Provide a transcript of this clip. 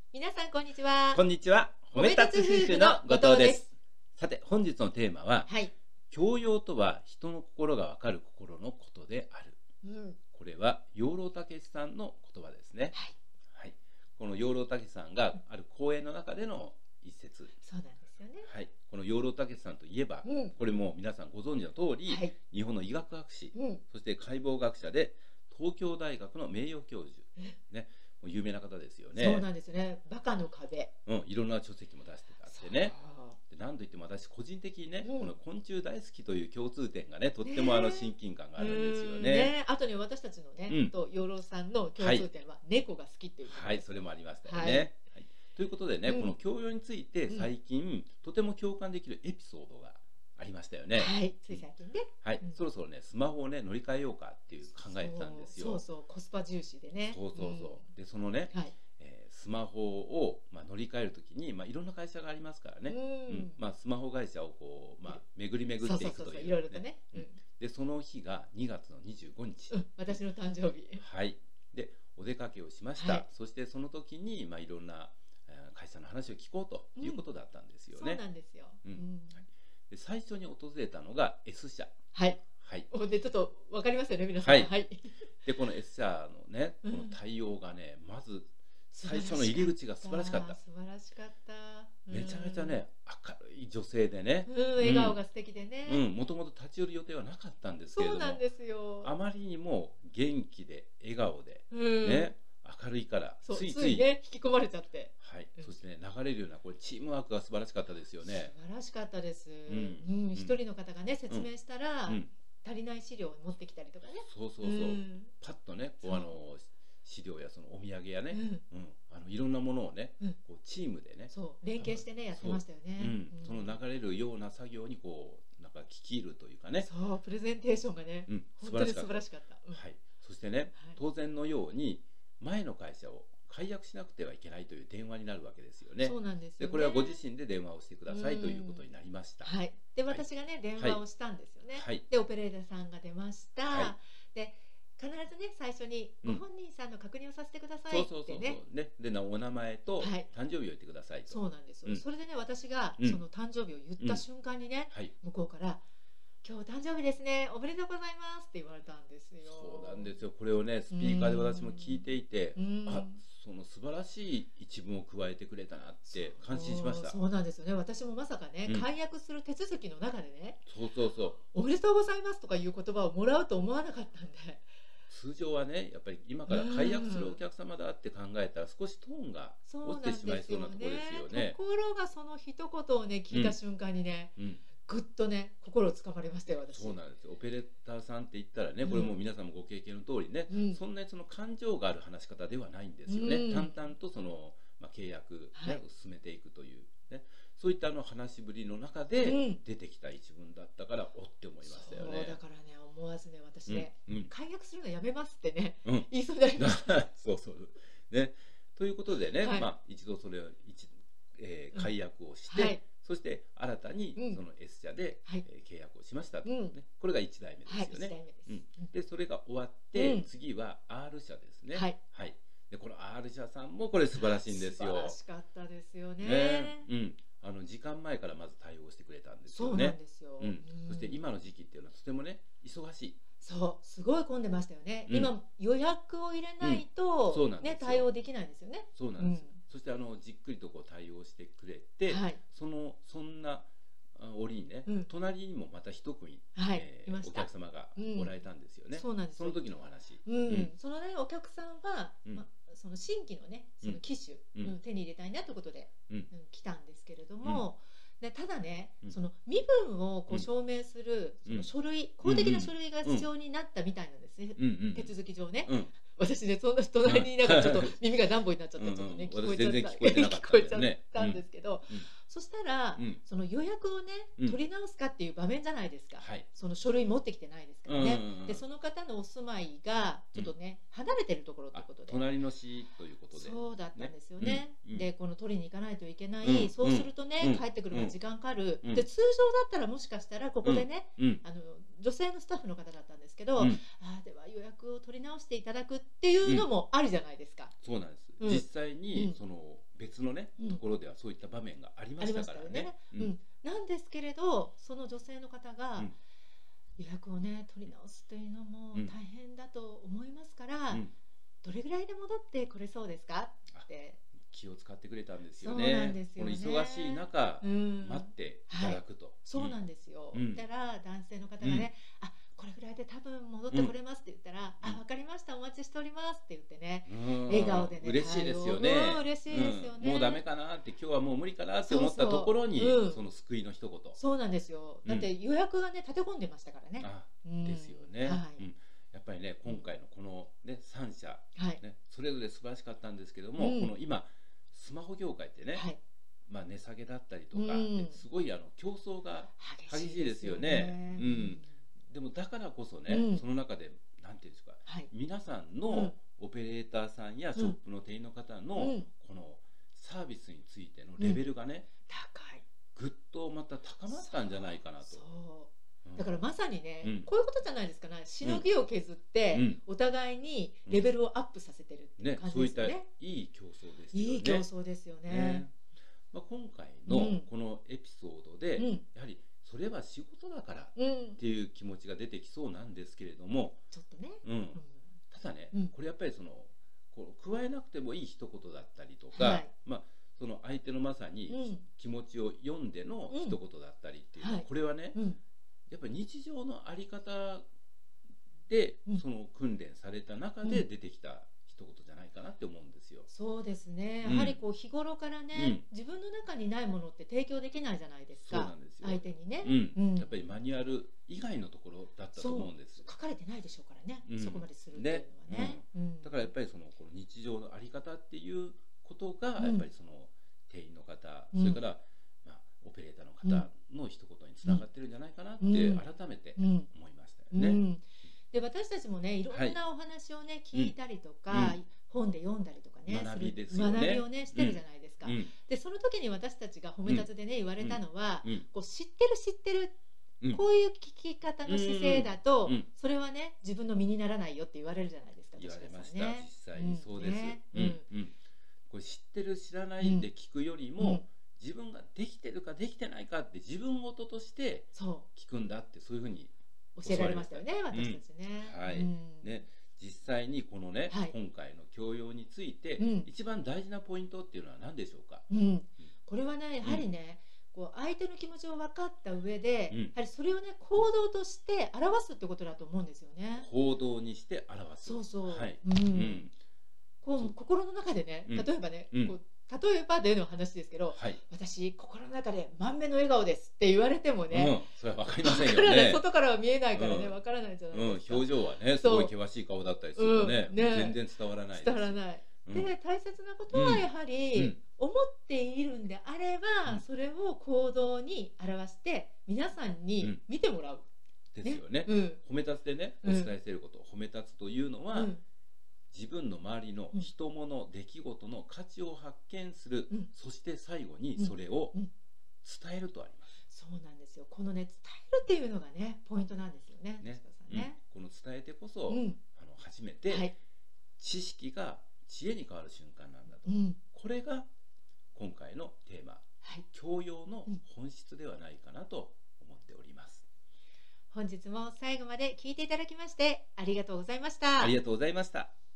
皆さんこんにちは。 こんにちは。褒め立つ夫婦の後藤です。さて、本日のテーマは、 はい。 教養とは人の心がわかる心のことである。これは養老孟司さんの言葉ですね。はい。この養老孟司さんがある講演の中での一節。 そうなんですよね。 はい。この養老孟司さんといえば、これも皆さんご存知の通り、日本の医学博士、そして解剖学者で東京大学の名誉教授、ね。有名な方ですよね。 そうなんですね。バカの壁。 いろんな書籍も出してたってね。で何といっても私個人的にね、この昆虫大好きという共通点がね、とっても親近感があるんですよね。 あとに私たちのね、と養老さんの共通点は猫が好きっていう。 はい、それもありましたよね。ということでね、この教養について最近とても共感できるエピソードがありましたよね。 はい、つい最近ね。 はい、そろそろね、スマホをね乗り換えようかっていう考えてたんですよ。 そうそう、コスパ重視でね。 そう。でそのね、スマホを乗り換えるときにいろんな会社がありますからね。スマホ会社をこう巡り巡っていくという。 いろいろとね。 でその日が2月の25日。 私の誕生日。 はい。でお出かけをしました。そしてその時にいろんな会社の話を聞こうということだったんですよね。 そうなんですよ。 で最初に訪れたのが S 社。 はい。でちょっとわかりますよね皆さん。はい。 でこの S 社のねこの対応がねまず最初の入り口が素晴らしかった。 素晴らしかった。 めちゃめちゃね明るい女性でね。 笑顔が素敵でね。 もともと立ち寄る予定はなかったんですけれども。 そうなんですよ。 あまりにも元気で笑顔でね明るいからついついね引き込まれちゃって。 はい。そしてね流れるようなこれチームワークが素晴らしかったですよね。 素晴らしかったです。一人の方がね説明したら足りない資料を持ってきたりとかね。 そう。パッとねこう資料やそのお土産やね、いろんなものをね、こうチームでね、 連携してねやってましたよね。 その流れるような作業にこうなんか聞き入るというかね。 そうプレゼンテーションがね、本当に素晴らしかった。 はい。そしてね当然のように前の会社を解約しなくてはいけないという電話になるわけですよね。 そうなんですよね。 でこれはご自身で電話をしてくださいということになりました。 はい。で私がね電話をしたんですよね。でオペレーターさんが出ました。で必ずね最初にご本人さんの確認をさせてくださいってね。 でお名前と誕生日を言ってくださいと。 そうなんですよ。それでね私がその誕生日を言った瞬間にね向こうから今日誕生日ですねおめでとうございますって言われたんですよ。 そうなんですよ。これをねスピーカーで私も聞いていて、その素晴らしい一文を加えてくれたなって感心しました。 そうなんですよね。私もまさかね解約する手続きの中でねそうおめでとうございますとかいう言葉をもらうと思わなかったんで。 通常はねやっぱり今から解約するお客様だって考えたら少しトーンが落ちてしまいそうなところですよね。 ところがその一言をね聞いた瞬間にねぐっとね心をつかまれましたよ私。 そうなんですよ。オペレーターさんって言ったらねこれも皆さんもご経験の通りねそんなにその感情がある話し方ではないんですよね。淡々とその契約を進めていくというねそういった話しぶりの中で出てきた一文だったからおって思いましたよね。 だからね思わずね私ね解約するのやめますってね言いそうになりました。 そうね。ということでね一度それを解約をしてそして新たにその S 社で契約をしましたとね。これが1代目ですよね。でそれが終わって次は R 社ですね。でこの R 社さんもこれ素晴らしいんですよ。 素晴らしかったですよね。 時間前からまず対応してくれたんですよね。 そうなんですよ。 そして今の時期っていうのはとてもね忙しい。 そうすごい混んでましたよね。今予約を入れないとね対応できないんですよね。 そうなんです。そしてじっくりとこう対応してくれてそんな折にね隣にもまた一組お客様がおられたんですよね。その時のお話。 そのねお客さんはその新規のねその機種手に入れたいなということで来たんですけれどもただねその身分をこう証明するその書類公的な書類が必要になったみたいなんですね手続き上ね。私ねそんな隣にいながらちょっと耳が何本になっちゃってちょっとね聞こえちゃったんですけどそしたらその予約をね取り直すかっていう場面じゃないですか。その書類持ってきてないですからね。でその方のお住まいがちょっとね離れてるところということで隣の市ということでそうだったんですよね。でこの取りに行かないといけないそうするとね帰ってくるのが時間かかるで通常だったらもしかしたらここでね女性のスタッフの方だったんですけどでは予約を取り直していただくっていうのもありじゃないですか。 そうなんです。実際にその別別のねところではそういった場面がありましたからね。 なんですけれど、その女性の方が予約をね取り直すというのも大変だと思いますから、どれぐらいで戻ってこれそうですかって気を使ってくれたんですよね。この忙しい中、待っていただくと。 そうなんですよ。だから男性の方がね、あ、これぐらいで多分戻ってこれますって言ったら、あ、わかりました、お待ちしておりますって言ってね、笑顔でね、 嬉しいですよね。 嬉しいですよね。 もうダメかなって、今日はもう無理かなって思ったところに、その救いの一言。 そうなんですよ。だって予約がね立て込んでましたからね。 ですよね。やっぱりね、今回のこのね3社ね、それぞれ素晴らしかったんですけども、この今スマホ業界ってね、まあ値下げだったりとか、すごい競争が激しいですよね。でもだからこそね、その中でなんていうんですか、皆さんのオペレーターさんやショップの店員の方のこのサービスについてのレベルがね、ぐっとまた高まったんじゃないかなと。 だからまさにね、こういうことじゃないですかね。しのぎを削ってお互いにレベルをアップさせてるっていう感じですね。 そういったいい競争ですよね。 いい競争ですよね。 まあ今回のこのエピソードでやはりそれは仕事だからっていう気持ちが出てきそうなんですけれども、 ちょっとね。 ただね、これやっぱりこう加えなくてもいい一言だったりとか、まあその相手のまさに気持ちを読んでの一言だったりっていうのは、これはね。やっぱり日常の在り方でその訓練された中で出てきた一言じゃないかなって思うんですよ。 そうですね。やはりこう日頃からね、自分の中にないものって提供できないじゃないですか。 そうなんですよ。 相手にね。 やっぱりマニュアル以外のところだったと思うんです。 書かれてないでしょうからね。そこまでするっていうのはね。 だからやっぱりこの日常の在り方っていうことがやっぱりその店員の方、それからオペレーターの方の一言につながってるんじゃないかなって改めて思いましたよね。 で、私たちもね、いろんなお話をね聞いたりとか、本で読んだりとかね、 学びをねしてるじゃないですか。で、その時に私たちが褒め立つでね言われたのは、こう知ってるこういう聞き方の姿勢だと、それはね自分の身にならないよって言われるじゃないですか。 言われました。実際にそうです。これ知ってる知らないで聞くよりも、自分ができてるかできてないかって自分事として聞くんだって、そういうふうに教えられましたよね、私たちね。 実際にこのね、今回の教養について一番大事なポイントっていうのは何でしょうか。 これはね、やはりね、こう相手の気持ちを分かった上で、やはりそれをね行動として表すってことだと思うんですよね。 行動にして表す。 そうそう。こう心の中でね、例えばね、例えばでの話ですけど、私心の中で満面の笑顔ですって言われてもね、 それは分かりませんよね。 外からは見えないからね、分からないじゃないですか。 表情はね、すごい険しい顔だったりするとね、全然伝わらない。 伝わらない。で、大切なことはやはり思っているんであれば、それを行動に表して皆さんに見てもらう。 ですよね。褒め立つでね、お伝えしていること、褒め立つというのは。自分の周りの人物、出来事の価値を発見する、そして最後にそれを伝えるとあります。 そうなんですよ。このね、伝えるっていうのがねポイントなんですよね。 この伝えてこそ初めて知識が知恵に変わる瞬間なんだと。これが今回のテーマ、教養の本質ではないかなと思っております。 本日も最後まで聞いていただきましてありがとうございました。 ありがとうございました。